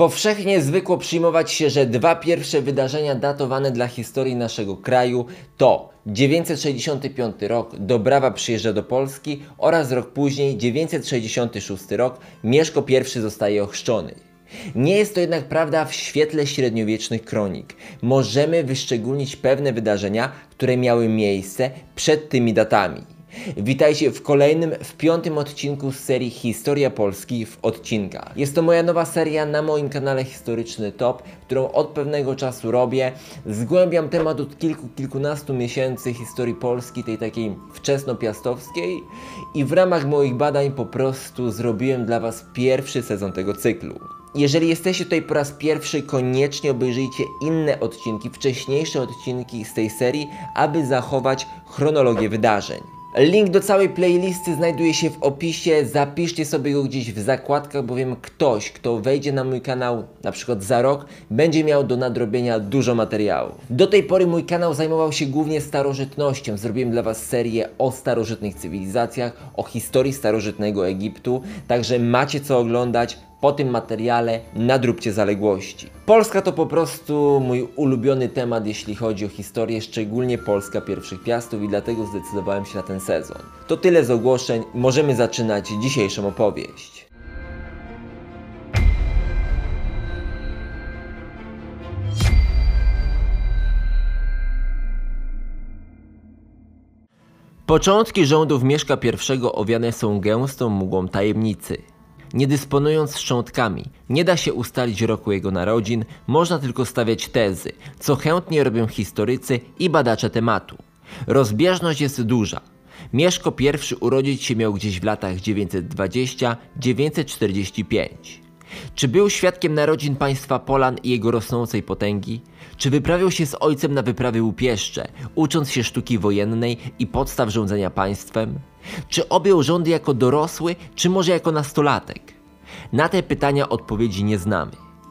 Powszechnie zwykło przyjmować się, że dwa pierwsze wydarzenia datowane dla historii naszego kraju to 965 rok, Dobrawa przyjeżdża do Polski oraz rok później, 966 rok, Mieszko I zostaje ochrzczony. Nie jest to jednak prawda w świetle średniowiecznych kronik. Możemy wyszczególnić pewne wydarzenia, które miały miejsce przed tymi datami. Witajcie w kolejnym, w 5. odcinku z serii Historia Polski w odcinkach. Jest to moja nowa seria na moim kanale Historyczny Top, którą od pewnego czasu robię. Zgłębiam temat od kilkunastu miesięcy historii Polski, tej takiej wczesnopiastowskiej, i w ramach moich badań po prostu zrobiłem dla Was pierwszy sezon tego cyklu. Jeżeli jesteście tutaj po raz pierwszy, koniecznie obejrzyjcie inne odcinki, wcześniejsze odcinki z tej serii, aby zachować chronologię wydarzeń. Link do całej playlisty znajduje się w opisie, zapiszcie sobie go gdzieś w zakładkach, bowiem ktoś, kto wejdzie na mój kanał na przykład za rok, będzie miał do nadrobienia dużo materiału. Do tej pory mój kanał zajmował się głównie starożytnością. Zrobiłem dla Was serię o starożytnych cywilizacjach, o historii starożytnego Egiptu, także macie co oglądać. Po tym materiale nadróbcie zaległości. Polska to po prostu mój ulubiony temat, jeśli chodzi o historię, szczególnie Polska pierwszych piastów, i dlatego zdecydowałem się na ten sezon. To tyle z ogłoszeń, możemy zaczynać dzisiejszą opowieść. Początki rządów Mieszka I owiane są gęstą mgłą tajemnicy. Nie dysponując szczątkami, nie da się ustalić roku jego narodzin, można tylko stawiać tezy, co chętnie robią historycy i badacze tematu. Rozbieżność jest duża. Mieszko I urodzić się miał gdzieś w latach 920-945. Czy był świadkiem narodzin państwa Polan i jego rosnącej potęgi? Czy wyprawiał się z ojcem na wyprawy łupieszcze, ucząc się sztuki wojennej i podstaw rządzenia państwem? Czy objął rządy jako dorosły, czy może jako nastolatek? Na te pytania odpowiedzi nie znamy.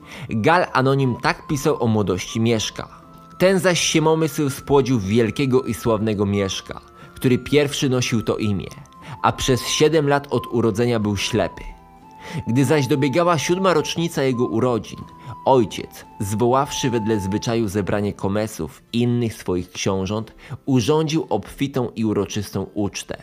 Gal Anonim tak pisał o młodości Mieszka. Ten zaś siemomysł spłodził wielkiego i sławnego Mieszka, który pierwszy nosił to imię, a przez 7 lat od urodzenia był ślepy. Gdy zaś dobiegała 7. rocznica jego urodzin, ojciec, zwoławszy wedle zwyczaju zebranie komesów i innych swoich książąt, urządził obfitą i uroczystą ucztę.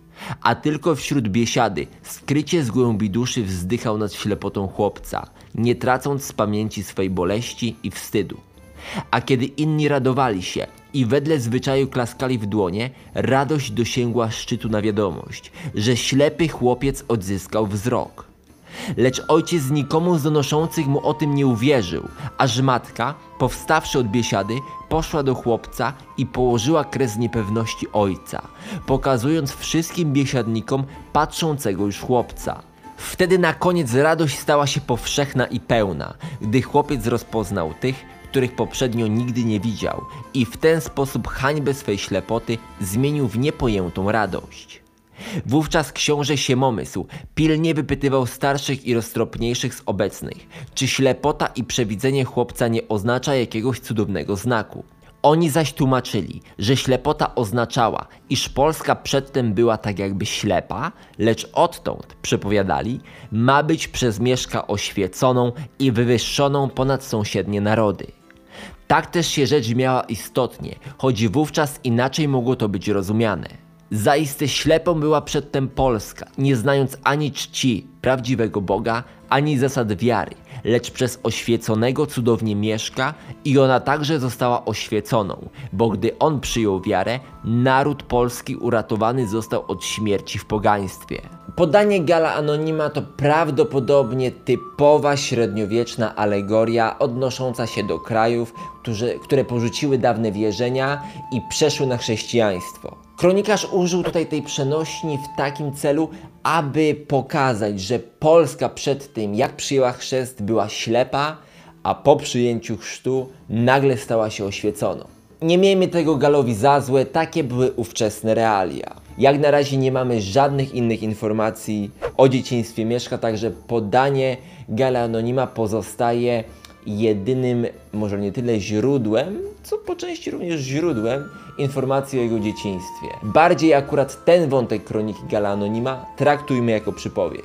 A tylko wśród biesiady, skrycie z głębi duszy wzdychał nad ślepotą chłopca, nie tracąc z pamięci swej boleści i wstydu. A kiedy inni radowali się i wedle zwyczaju klaskali w dłonie, radość dosięgła szczytu na wiadomość, że ślepy chłopiec odzyskał wzrok. Lecz ojciec nikomu z donoszących mu o tym nie uwierzył, aż matka, powstawszy od biesiady, poszła do chłopca i położyła kres niepewności ojca, pokazując wszystkim biesiadnikom patrzącego już chłopca. Wtedy na koniec radość stała się powszechna i pełna, gdy chłopiec rozpoznał tych, których poprzednio nigdy nie widział, i w ten sposób hańbę swej ślepoty zmienił w niepojętą radość. Wówczas książę Siemomysł pilnie wypytywał starszych i roztropniejszych z obecnych, czy ślepota i przewidzenie chłopca nie oznacza jakiegoś cudownego znaku. Oni zaś tłumaczyli, że ślepota oznaczała, iż Polska przedtem była tak jakby ślepa, lecz odtąd, przepowiadali, ma być przez Mieszka oświeconą i wywyższoną ponad sąsiednie narody. Tak też się rzecz miała istotnie, choć wówczas inaczej mogło to być rozumiane. Zaiste ślepą była przedtem Polska, nie znając ani czci prawdziwego Boga, ani zasad wiary, lecz przez oświeconego cudownie Mieszka, i ona także została oświeconą, bo gdy on przyjął wiarę, naród polski uratowany został od śmierci w pogaństwie. Podanie Gala Anonima to prawdopodobnie typowa średniowieczna alegoria odnosząca się do krajów, które porzuciły dawne wierzenia i przeszły na chrześcijaństwo. Kronikarz użył tutaj tej przenośni w takim celu, aby pokazać, że Polska przed tym, jak przyjęła chrzest, była ślepa, a po przyjęciu chrztu nagle stała się oświeconą. Nie miejmy tego Galowi za złe, takie były ówczesne realia. Jak na razie nie mamy żadnych innych informacji o dzieciństwie Mieszka, także podanie Gala Anonima pozostaje jedynym, może nie tyle źródłem, co po części również źródłem informacji o jego dzieciństwie. Bardziej akurat ten wątek kroniki Gala Anonima traktujmy jako przypowieść.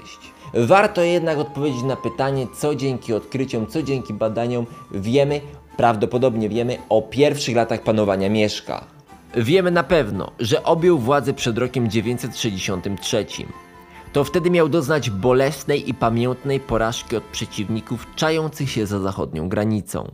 Warto jednak odpowiedzieć na pytanie, co dzięki odkryciom, co dzięki badaniom wiemy, prawdopodobnie wiemy o pierwszych latach panowania Mieszka. Wiemy na pewno, że objął władzę przed rokiem 963. To wtedy miał doznać bolesnej i pamiętnej porażki od przeciwników czających się za zachodnią granicą.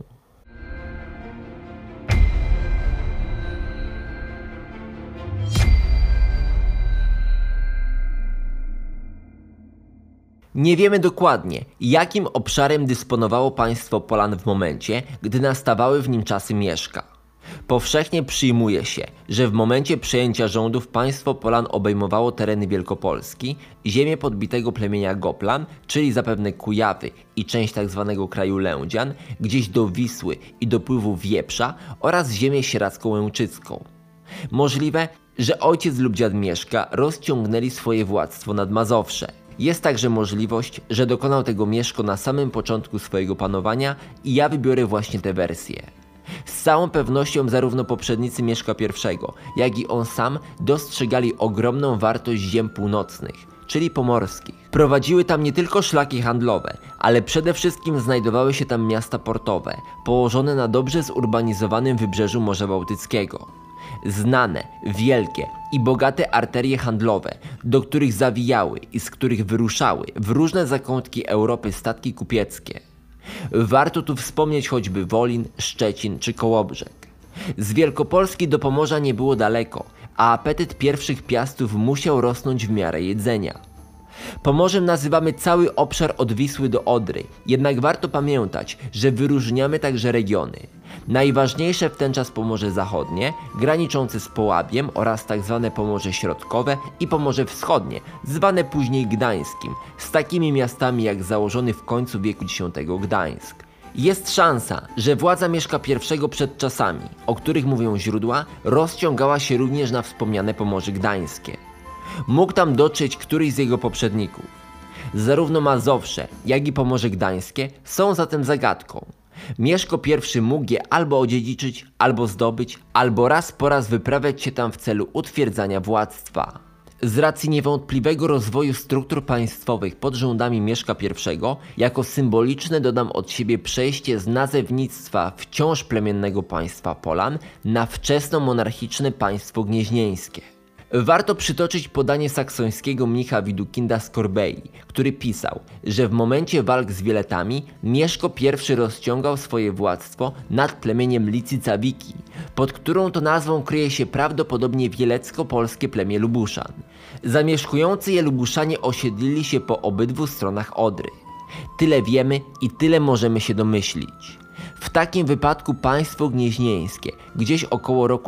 Nie wiemy dokładnie, jakim obszarem dysponowało państwo Polan w momencie, gdy nastawały w nim czasy Mieszka. Powszechnie przyjmuje się, że w momencie przejęcia rządów państwo Polan obejmowało tereny Wielkopolski, ziemię podbitego plemienia Goplan, czyli zapewne Kujawy i część tzw. kraju Lędzian, gdzieś do Wisły i dopływu Wieprza oraz ziemię sieradzką Łęczycką. Możliwe, że ojciec lub dziad Mieszka rozciągnęli swoje władztwo nad Mazowsze. Jest także możliwość, że dokonał tego Mieszko na samym początku swojego panowania i ja wybiorę właśnie tę wersję. Z całą pewnością zarówno poprzednicy Mieszka I, jak i on sam dostrzegali ogromną wartość ziem północnych, czyli pomorskich. Prowadziły tam nie tylko szlaki handlowe, ale przede wszystkim znajdowały się tam miasta portowe, położone na dobrze zurbanizowanym wybrzeżu Morza Bałtyckiego. Znane, wielkie i bogate arterie handlowe, do których zawijały i z których wyruszały w różne zakątki Europy statki kupieckie. Warto tu wspomnieć choćby Wolin, Szczecin czy Kołobrzeg. Z Wielkopolski do Pomorza nie było daleko, a apetyt pierwszych piastów musiał rosnąć w miarę jedzenia. Pomorzem nazywamy cały obszar od Wisły do Odry, jednak warto pamiętać, że wyróżniamy także regiony. Najważniejsze w ten czas Pomorze Zachodnie, graniczące z Połabiem oraz tzw. Pomorze Środkowe i Pomorze Wschodnie, zwane później Gdańskim, z takimi miastami jak założony w końcu wieku X Gdańsk. Jest szansa, że władza Mieszka I przed czasami, o których mówią źródła, rozciągała się również na wspomniane Pomorze Gdańskie. Mógł tam dotrzeć któryś z jego poprzedników. Zarówno Mazowsze, jak i Pomorze Gdańskie są zatem zagadką. Mieszko I mógł je albo odziedziczyć, albo zdobyć, albo raz po raz wyprawiać się tam w celu utwierdzania władztwa. Z racji niewątpliwego rozwoju struktur państwowych pod rządami Mieszka I, jako symboliczne dodam od siebie przejście z nazewnictwa wciąż plemiennego państwa Polan na wczesno-monarchiczne państwo gnieźnieńskie. Warto przytoczyć podanie saksońskiego mnicha Widukinda z Korbei, który pisał, że w momencie walk z Wieletami Mieszko I rozciągał swoje władztwo nad plemieniem Licycawiki, pod którą to nazwą kryje się prawdopodobnie wielecko-polskie plemię Lubuszan. Zamieszkujący je Lubuszanie osiedlili się po obydwu stronach Odry. Tyle wiemy i tyle możemy się domyślić. W takim wypadku państwo gnieźnieńskie, gdzieś około roku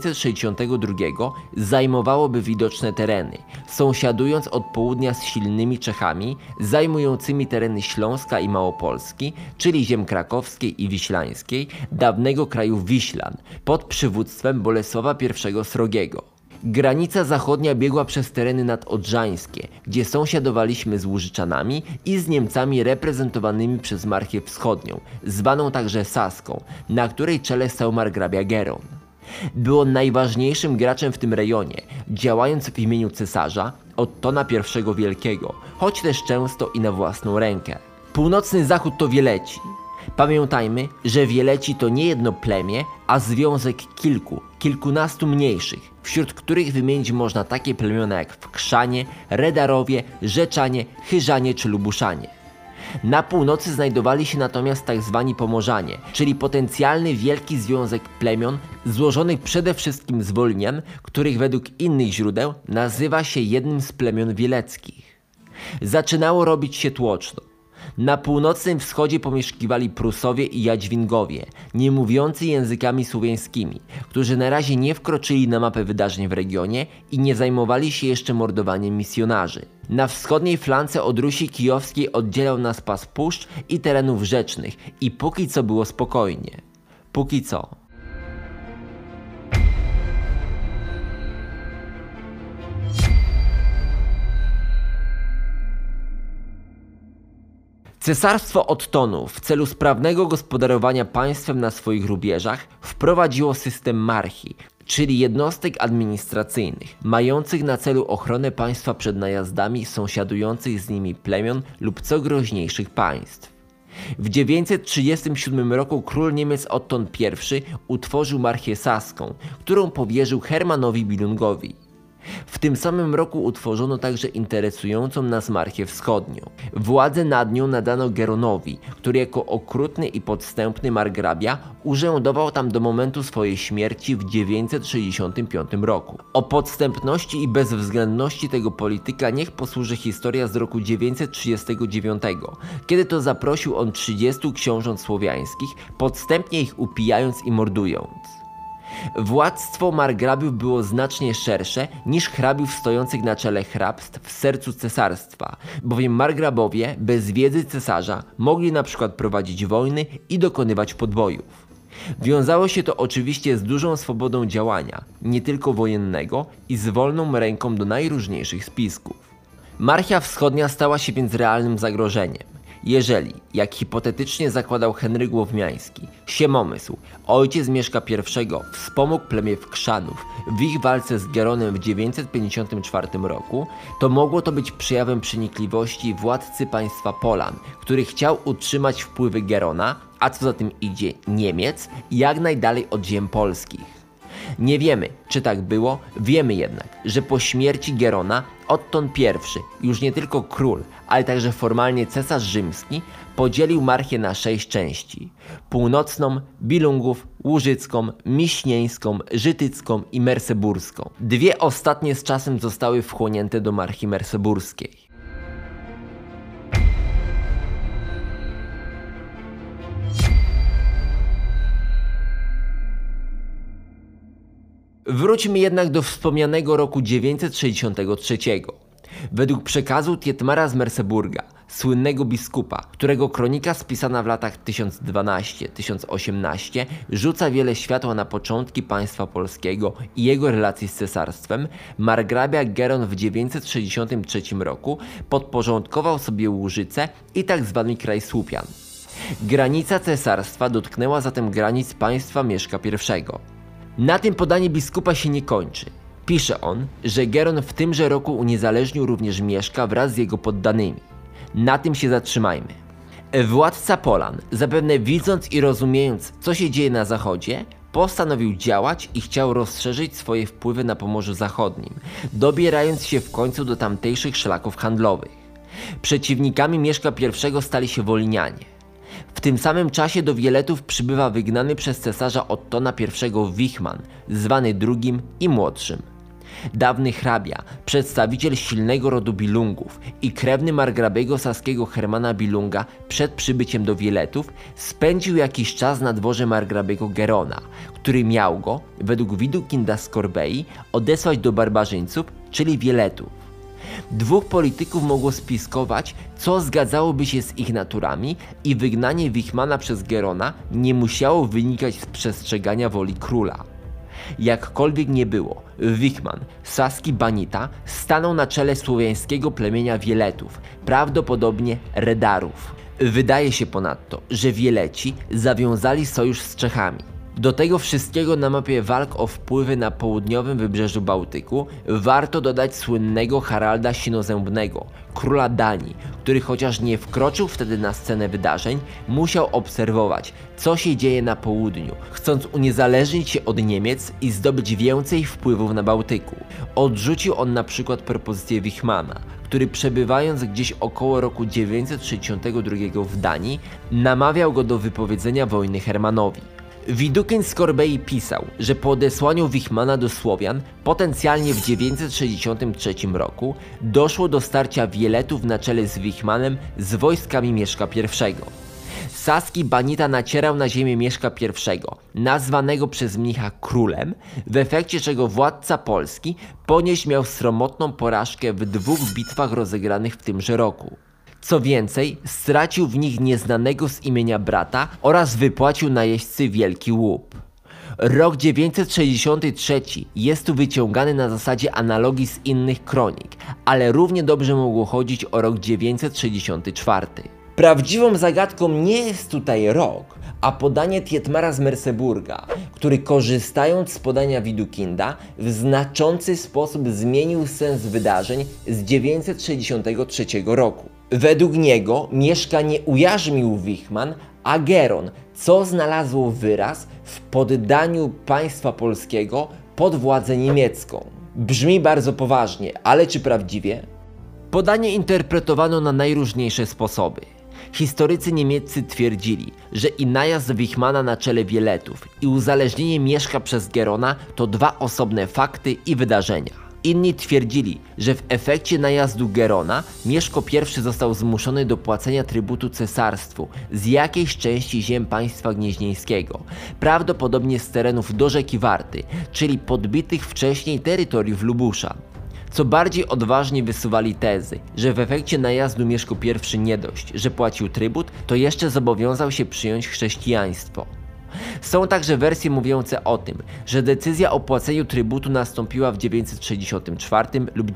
962, zajmowałoby widoczne tereny, sąsiadując od południa z silnymi Czechami, zajmującymi tereny Śląska i Małopolski, czyli ziem krakowskiej i wiślańskiej, dawnego kraju Wiślan, pod przywództwem Bolesława I Srogiego. Granica zachodnia biegła przez tereny nadodrzańskie, gdzie sąsiadowaliśmy z Łużyczanami i z Niemcami reprezentowanymi przez Marchię Wschodnią, zwaną także Saską, na której czele stał margrabia Geron. Był on najważniejszym graczem w tym rejonie, działając w imieniu cesarza Ottona I Wielkiego, choć też często i na własną rękę. Północny zachód to Wieleci. Pamiętajmy, że Wieleci to nie jedno plemię, a związek kilkunastu mniejszych, wśród których wymienić można takie plemiona jak Wkrzanie, Redarowie, Rzeczanie, Chyżanie czy Lubuszanie. Na północy znajdowali się natomiast tzw. Pomorzanie, czyli potencjalny wielki związek plemion złożonych przede wszystkim z Wolnian, których według innych źródeł nazywa się jednym z plemion wieleckich. Zaczynało robić się tłoczno. Na północnym wschodzie pomieszkiwali Prusowie i Jadźwingowie, nie mówiący językami słowiańskimi, którzy na razie nie wkroczyli na mapę wydarzeń w regionie i nie zajmowali się jeszcze mordowaniem misjonarzy. Na wschodniej flance od Rusi Kijowskiej oddzielał nas pas puszcz i terenów rzecznych i póki co było spokojnie. Póki co. Cesarstwo Ottonów w celu sprawnego gospodarowania państwem na swoich rubieżach wprowadziło system marchii, czyli jednostek administracyjnych, mających na celu ochronę państwa przed najazdami sąsiadujących z nimi plemion lub co groźniejszych państw. W 937 roku król Niemiec Otton I utworzył Marchię Saską, którą powierzył Hermanowi Bilungowi. W tym samym roku utworzono także interesującą nas Marchię Wschodnią. Władzę nad nią nadano Geronowi, który jako okrutny i podstępny margrabia urzędował tam do momentu swojej śmierci w 965 roku. O podstępności i bezwzględności tego polityka niech posłuży historia z roku 939, kiedy to zaprosił on 30 książąt słowiańskich, podstępnie ich upijając i mordując. Władztwo margrabiów było znacznie szersze niż hrabiów stojących na czele hrabstw w sercu cesarstwa, bowiem margrabowie bez wiedzy cesarza mogli na przykład prowadzić wojny i dokonywać podbojów. Wiązało się to oczywiście z dużą swobodą działania, nie tylko wojennego, i z wolną ręką do najróżniejszych spisków. Marchia Wschodnia stała się więc realnym zagrożeniem. Jeżeli, jak hipotetycznie zakładał Henryk Łowmiański, Siemomysł, ojciec Mieszka I, wspomógł plemię Wkrzanów w ich walce z Geronem w 954 roku, to mogło to być przejawem przenikliwości władcy państwa Polan, który chciał utrzymać wpływy Gerona, a co za tym idzie Niemiec, jak najdalej od ziem polskich. Nie wiemy, czy tak było, wiemy jednak, że po śmierci Gerona Otton I, już nie tylko król, ale także formalnie cesarz rzymski, podzielił Marchię na 6 części: północną, Bilungów, Łużycką, Miśnieńską, Żytycką i Merseburską. Dwie ostatnie z czasem zostały wchłonięte do Marchii Merseburskiej. Wróćmy jednak do wspomnianego roku 963. Według przekazu Tietmara z Merseburga, słynnego biskupa, którego kronika spisana w latach 1012-1018 rzuca wiele światła na początki państwa polskiego i jego relacji z cesarstwem, margrabia Geron w 963 roku podporządkował sobie Łużycę i tzw. kraj Słupian. Granica cesarstwa dotknęła zatem granic państwa Mieszka I. Na tym podanie biskupa się nie kończy. Pisze on, że Geron w tymże roku uniezależnił również Mieszka wraz z jego poddanymi. Na tym się zatrzymajmy. Władca Polan, zapewne widząc i rozumiejąc, co się dzieje na zachodzie, postanowił działać i chciał rozszerzyć swoje wpływy na Pomorzu Zachodnim, dobierając się w końcu do tamtejszych szlaków handlowych. Przeciwnikami Mieszka I stali się Wolinianie. W tym samym czasie do Wieletów przybywa wygnany przez cesarza Ottona I Wichman, zwany drugim i młodszym. Dawny hrabia, przedstawiciel silnego rodu Bilungów i krewny margrabiego saskiego Hermana Bilunga przed przybyciem do Wieletów spędził jakiś czas na dworze margrabiego Gerona, który miał go, według Widukinda z Corbei, odesłać do barbarzyńców, czyli Wieletów. Dwóch polityków mogło spiskować, co zgadzałoby się z ich naturami, i wygnanie Wichmana przez Gerona nie musiało wynikać z przestrzegania woli króla. Jakkolwiek nie było, Wichman, saski Banita, stanął na czele słowiańskiego plemienia Wieletów, prawdopodobnie Redarów. Wydaje się ponadto, że Wieleci zawiązali sojusz z Czechami. Do tego wszystkiego na mapie walk o wpływy na południowym wybrzeżu Bałtyku warto dodać słynnego Haralda Sinozębnego, króla Danii, który chociaż nie wkroczył wtedy na scenę wydarzeń, musiał obserwować, co się dzieje na południu, chcąc uniezależnić się od Niemiec i zdobyć więcej wpływów na Bałtyku. Odrzucił on na przykład propozycję Wichmana, który przebywając gdzieś około roku 962 w Danii, namawiał go do wypowiedzenia wojny Hermanowi. Widukind z Corbei pisał, że po odesłaniu Wichmana do Słowian, potencjalnie w 963 roku, doszło do starcia Wieletów na czele z Wichmanem z wojskami Mieszka I. Saski Banita nacierał na ziemię Mieszka I, nazwanego przez mnicha królem, w efekcie czego władca Polski ponieść miał sromotną porażkę w 2 bitwach rozegranych w tymże roku. Co więcej, stracił w nich nieznanego z imienia brata oraz wypłacił najeźdźcy wielki łup. Rok 963 jest tu wyciągany na zasadzie analogii z innych kronik, ale równie dobrze mogło chodzić o rok 964. Prawdziwą zagadką nie jest tutaj rok, a podanie Thietmara z Merseburga, który korzystając z podania Widukinda w znaczący sposób zmienił sens wydarzeń z 963 roku. Według niego Mieszka nie ujarzmił Wichman, a Geron, co znalazło wyraz w poddaniu państwa polskiego pod władzę niemiecką. Brzmi bardzo poważnie, ale czy prawdziwie? Podanie interpretowano na najróżniejsze sposoby. Historycy niemieccy twierdzili, że i najazd Wichmana na czele Wieletów i uzależnienie Mieszka przez Gerona to dwa osobne fakty i wydarzenia. Inni twierdzili, że w efekcie najazdu Gerona Mieszko I został zmuszony do płacenia trybutu cesarstwu z jakiejś części ziem państwa gnieźnieńskiego, prawdopodobnie z terenów do rzeki Warty, czyli podbitych wcześniej terytoriów Lubuszan. Co bardziej odważnie wysuwali tezy, że w efekcie najazdu Mieszko I nie dość, że płacił trybut, to jeszcze zobowiązał się przyjąć chrześcijaństwo. Są także wersje mówiące o tym, że decyzja o płaceniu trybutu nastąpiła w 964 lub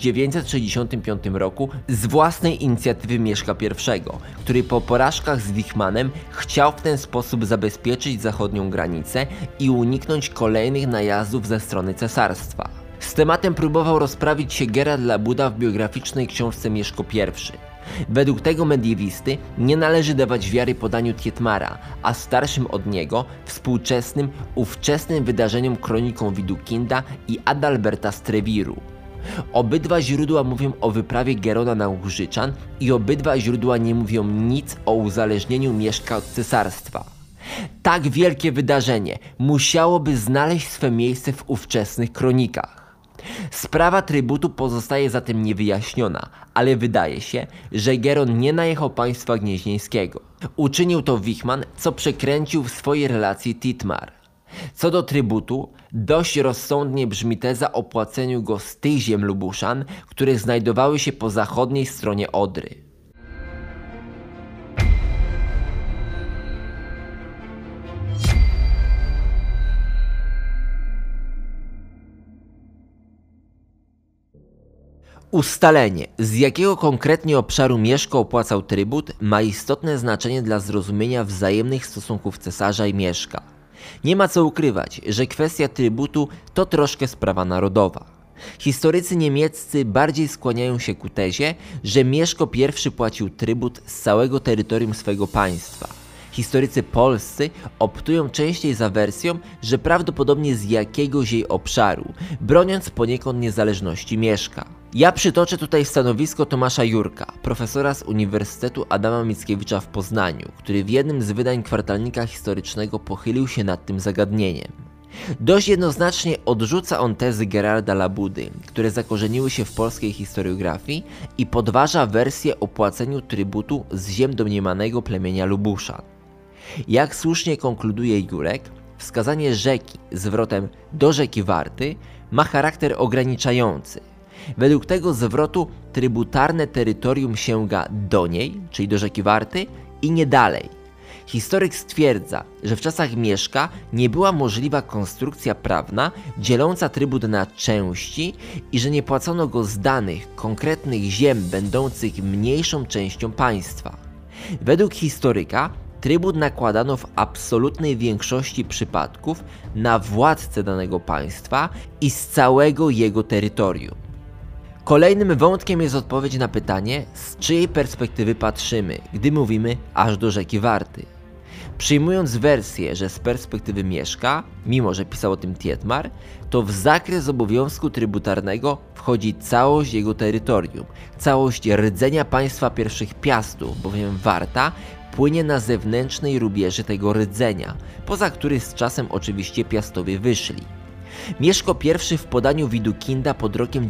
965 roku z własnej inicjatywy Mieszka I, który po porażkach z Wichmanem chciał w ten sposób zabezpieczyć zachodnią granicę i uniknąć kolejnych najazdów ze strony cesarstwa. Z tematem próbował rozprawić się Gerard Labuda w biograficznej książce Mieszko I. Według tego mediewisty nie należy dawać wiary podaniu Thietmara, a starszym od niego, współczesnym, ówczesnym wydarzeniom kroniką Widukinda i Adalberta z Treviru. Obydwa źródła mówią o wyprawie Gerona na Ugryczan i obydwa źródła nie mówią nic o uzależnieniu Mieszka od cesarstwa. Tak wielkie wydarzenie musiałoby znaleźć swe miejsce w ówczesnych kronikach. Sprawa trybutu pozostaje zatem niewyjaśniona, ale wydaje się, że Geron nie najechał państwa gnieźnieńskiego. Uczynił to Wichman, co przekręcił w swojej relacji Thietmar. Co do trybutu, dość rozsądnie brzmi teza o płaceniu go z tych ziem Lubuszan, które znajdowały się po zachodniej stronie Odry. Ustalenie, z jakiego konkretnie obszaru Mieszko opłacał trybut, ma istotne znaczenie dla zrozumienia wzajemnych stosunków cesarza i Mieszka. Nie ma co ukrywać, że kwestia trybutu to troszkę sprawa narodowa. Historycy niemieccy bardziej skłaniają się ku tezie, że Mieszko I płacił trybut z całego terytorium swego państwa. Historycy polscy optują częściej za wersją, że prawdopodobnie z jakiegoś jej obszaru, broniąc poniekąd niezależności Mieszka. Ja przytoczę tutaj stanowisko Tomasza Jurka, profesora z Uniwersytetu Adama Mickiewicza w Poznaniu, który w jednym z wydań kwartalnika historycznego pochylił się nad tym zagadnieniem. Dość jednoznacznie odrzuca on tezy Gerarda Labudy, które zakorzeniły się w polskiej historiografii i podważa wersję o płaceniu trybutu z ziem domniemanego plemienia Lubuszan. Jak słusznie konkluduje Jurek, wskazanie rzeki zwrotem do rzeki Warty ma charakter ograniczający. Według tego zwrotu trybutarne terytorium sięga do niej, czyli do rzeki Warty, i nie dalej. Historyk stwierdza, że w czasach Mieszka nie była możliwa konstrukcja prawna dzieląca trybut na części i że nie płacono go z danych, konkretnych ziem będących mniejszą częścią państwa. Według historyka trybut nakładano w absolutnej większości przypadków na władcę danego państwa i z całego jego terytorium. Kolejnym wątkiem jest odpowiedź na pytanie, z czyjej perspektywy patrzymy, gdy mówimy aż do rzeki Warty. Przyjmując wersję, że z perspektywy Mieszka, mimo że pisał o tym Thietmar, to w zakres obowiązku trybutarnego wchodzi całość jego terytorium, całość rdzenia państwa pierwszych Piastów, bowiem Warta płynie na zewnętrznej rubieży tego rdzenia, poza który z czasem oczywiście Piastowie wyszli. Mieszko I w podaniu Widukinda pod rokiem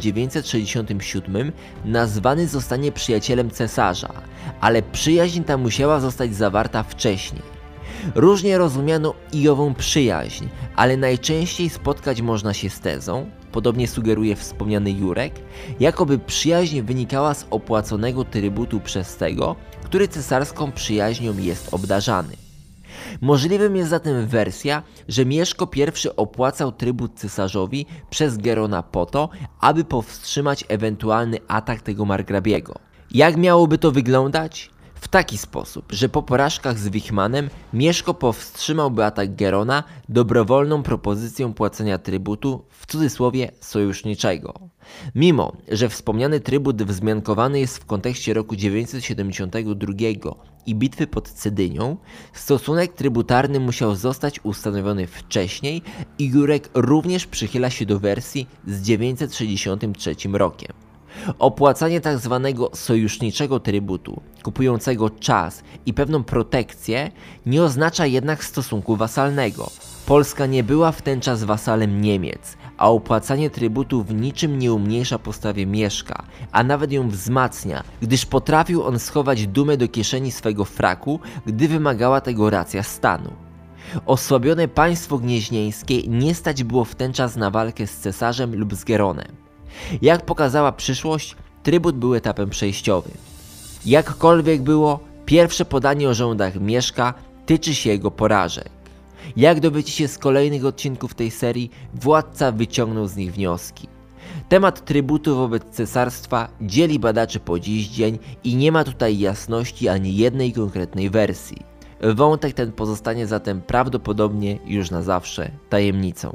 967 nazwany zostanie przyjacielem cesarza, ale przyjaźń ta musiała zostać zawarta wcześniej. Różnie rozumiano i ową przyjaźń, ale najczęściej spotkać można się z tezą, podobnie sugeruje wspomniany Jurek, jakoby przyjaźń wynikała z opłaconego trybutu przez tego, który cesarską przyjaźnią jest obdarzany. Możliwym jest zatem wersja, że Mieszko I opłacał trybut cesarzowi przez Gerona po to, aby powstrzymać ewentualny atak tego margrabiego. Jak miałoby to wyglądać? W taki sposób, że po porażkach z Wichmanem Mieszko powstrzymałby atak Gerona dobrowolną propozycją płacenia trybutu, w cudzysłowie sojuszniczego. Mimo, że wspomniany trybut wzmiankowany jest w kontekście roku 972 i bitwy pod Cedynią, stosunek trybutarny musiał zostać ustanowiony wcześniej i Jurek również przychyla się do wersji z 963 rokiem. Opłacanie tzw. sojuszniczego trybutu, kupującego czas i pewną protekcję, nie oznacza jednak stosunku wasalnego. Polska nie była w ten czas wasalem Niemiec, a opłacanie trybutu w niczym nie umniejsza postawie Mieszka, a nawet ją wzmacnia, gdyż potrafił on schować dumę do kieszeni swego fraku, gdy wymagała tego racja stanu. Osłabione państwo gnieźnieńskie nie stać było w ten czas na walkę z cesarzem lub z Geronem. Jak pokazała przyszłość, trybut był etapem przejściowym. Jakkolwiek było, pierwsze podanie o rządach Mieszka tyczy się jego porażek. Jak dowiecie się z kolejnych odcinków tej serii, władca wyciągnął z nich wnioski. Temat trybutu wobec cesarstwa dzieli badaczy po dziś dzień i nie ma tutaj jasności ani jednej konkretnej wersji. Wątek ten pozostanie zatem prawdopodobnie już na zawsze tajemnicą.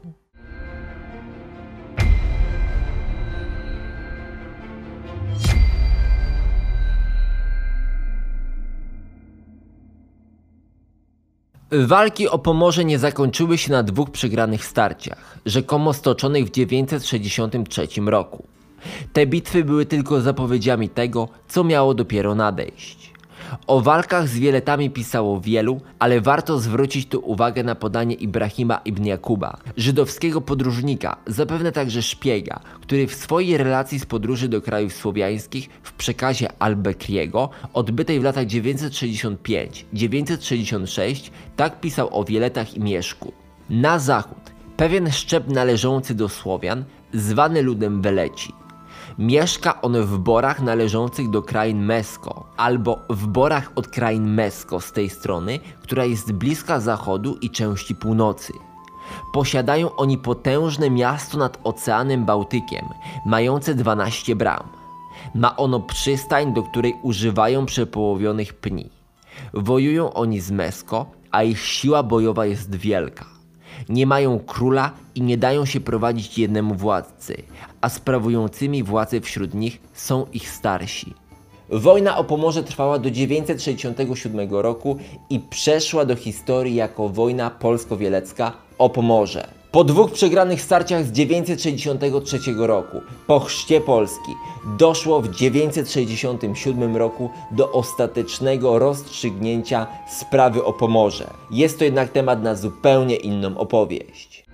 Walki o Pomorze nie zakończyły się na dwóch przegranych starciach, rzekomo stoczonych w 963 roku. Te bitwy były tylko zapowiedziami tego, co miało dopiero nadejść. O walkach z Wieletami pisało wielu, ale warto zwrócić tu uwagę na podanie Ibrahima ibn Jakuba, żydowskiego podróżnika, zapewne także szpiega, który w swojej relacji z podróży do krajów słowiańskich w przekazie Al-Bekriego, odbytej w latach 965-966, tak pisał o Wieletach i Mieszku. Na zachód, pewien szczep należący do Słowian, zwany ludem Weleci. Mieszka on w borach należących do krain Mesko, albo w borach od krain Mesko z tej strony, która jest bliska zachodu i części północy. Posiadają oni potężne miasto nad Oceanem Bałtykiem, mające 12 bram. Ma ono przystań, do której używają przepołowionych pni. Wojują oni z Mesko, a ich siła bojowa jest wielka. Nie mają króla i nie dają się prowadzić jednemu władcy, a sprawującymi władzę wśród nich są ich starsi. Wojna o Pomorze trwała do 967 roku i przeszła do historii jako wojna polsko-wielecka o Pomorze. Po dwóch przegranych starciach z 963 roku, po chrzcie Polski, doszło w 967 roku do ostatecznego rozstrzygnięcia sprawy o Pomorze. Jest to jednak temat na zupełnie inną opowieść.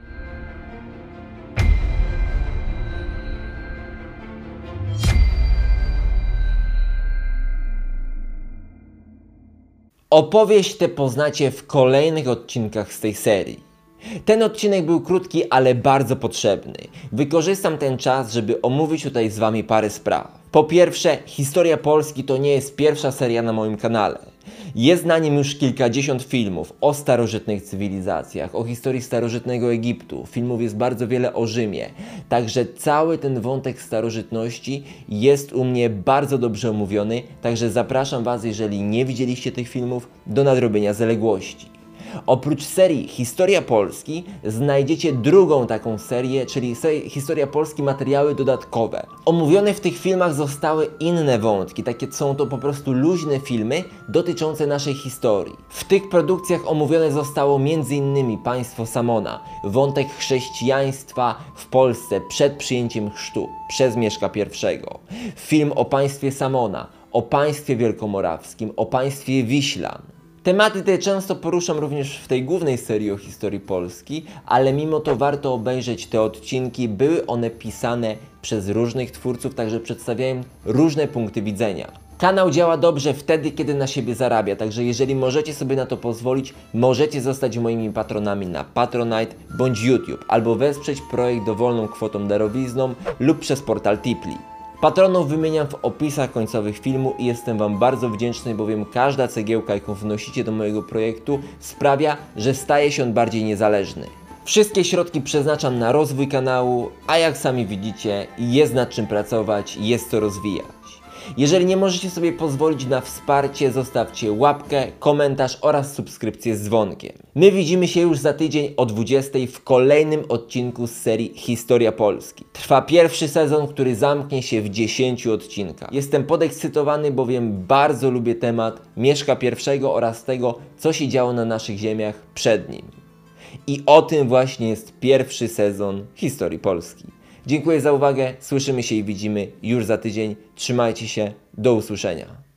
Opowieść tę poznacie w kolejnych odcinkach z tej serii. Ten odcinek był krótki, ale bardzo potrzebny. Wykorzystam ten czas, żeby omówić tutaj z wami parę spraw. Po pierwsze, historia Polski to nie jest pierwsza seria na moim kanale. Jest na nim już kilkadziesiąt filmów o starożytnych cywilizacjach, o historii starożytnego Egiptu. Filmów jest bardzo wiele o Rzymie. Także cały ten wątek starożytności jest u mnie bardzo dobrze omówiony. Także zapraszam was, jeżeli nie widzieliście tych filmów, do nadrobienia zaległości. Oprócz serii Historia Polski znajdziecie drugą taką serię, czyli Historia Polski materiały dodatkowe. Omówione w tych filmach zostały inne wątki, takie są to po prostu luźne filmy dotyczące naszej historii. W tych produkcjach omówione zostało m.in. państwo Samona, wątek chrześcijaństwa w Polsce przed przyjęciem chrztu przez Mieszka I, film o państwie Samona, o państwie wielkomorawskim, o państwie Wiślan. Tematy te często poruszam również w tej głównej serii o historii Polski, ale mimo to warto obejrzeć te odcinki, były one pisane przez różnych twórców, także przedstawiają różne punkty widzenia. Kanał działa dobrze wtedy, kiedy na siebie zarabia, także jeżeli możecie sobie na to pozwolić, możecie zostać moimi patronami na Patronite bądź YouTube, albo wesprzeć projekt dowolną kwotą darowizną lub przez portal Tipli. Patronów wymieniam w opisach końcowych filmu i jestem wam bardzo wdzięczny, bowiem każda cegiełka, jaką wnosicie do mojego projektu, sprawia, że staje się on bardziej niezależny. Wszystkie środki przeznaczam na rozwój kanału, a jak sami widzicie, jest nad czym pracować, jest co rozwijać. Jeżeli nie możecie sobie pozwolić na wsparcie, zostawcie łapkę, komentarz oraz subskrypcję z dzwonkiem. My widzimy się już za tydzień o 20 w kolejnym odcinku z serii Historia Polski. Trwa pierwszy sezon, który zamknie się w 10 odcinkach. Jestem podekscytowany, bowiem bardzo lubię temat Mieszka I oraz tego, co się działo na naszych ziemiach przed nim. I o tym właśnie jest pierwszy sezon Historii Polski. Dziękuję za uwagę, słyszymy się i widzimy już za tydzień. Trzymajcie się, do usłyszenia.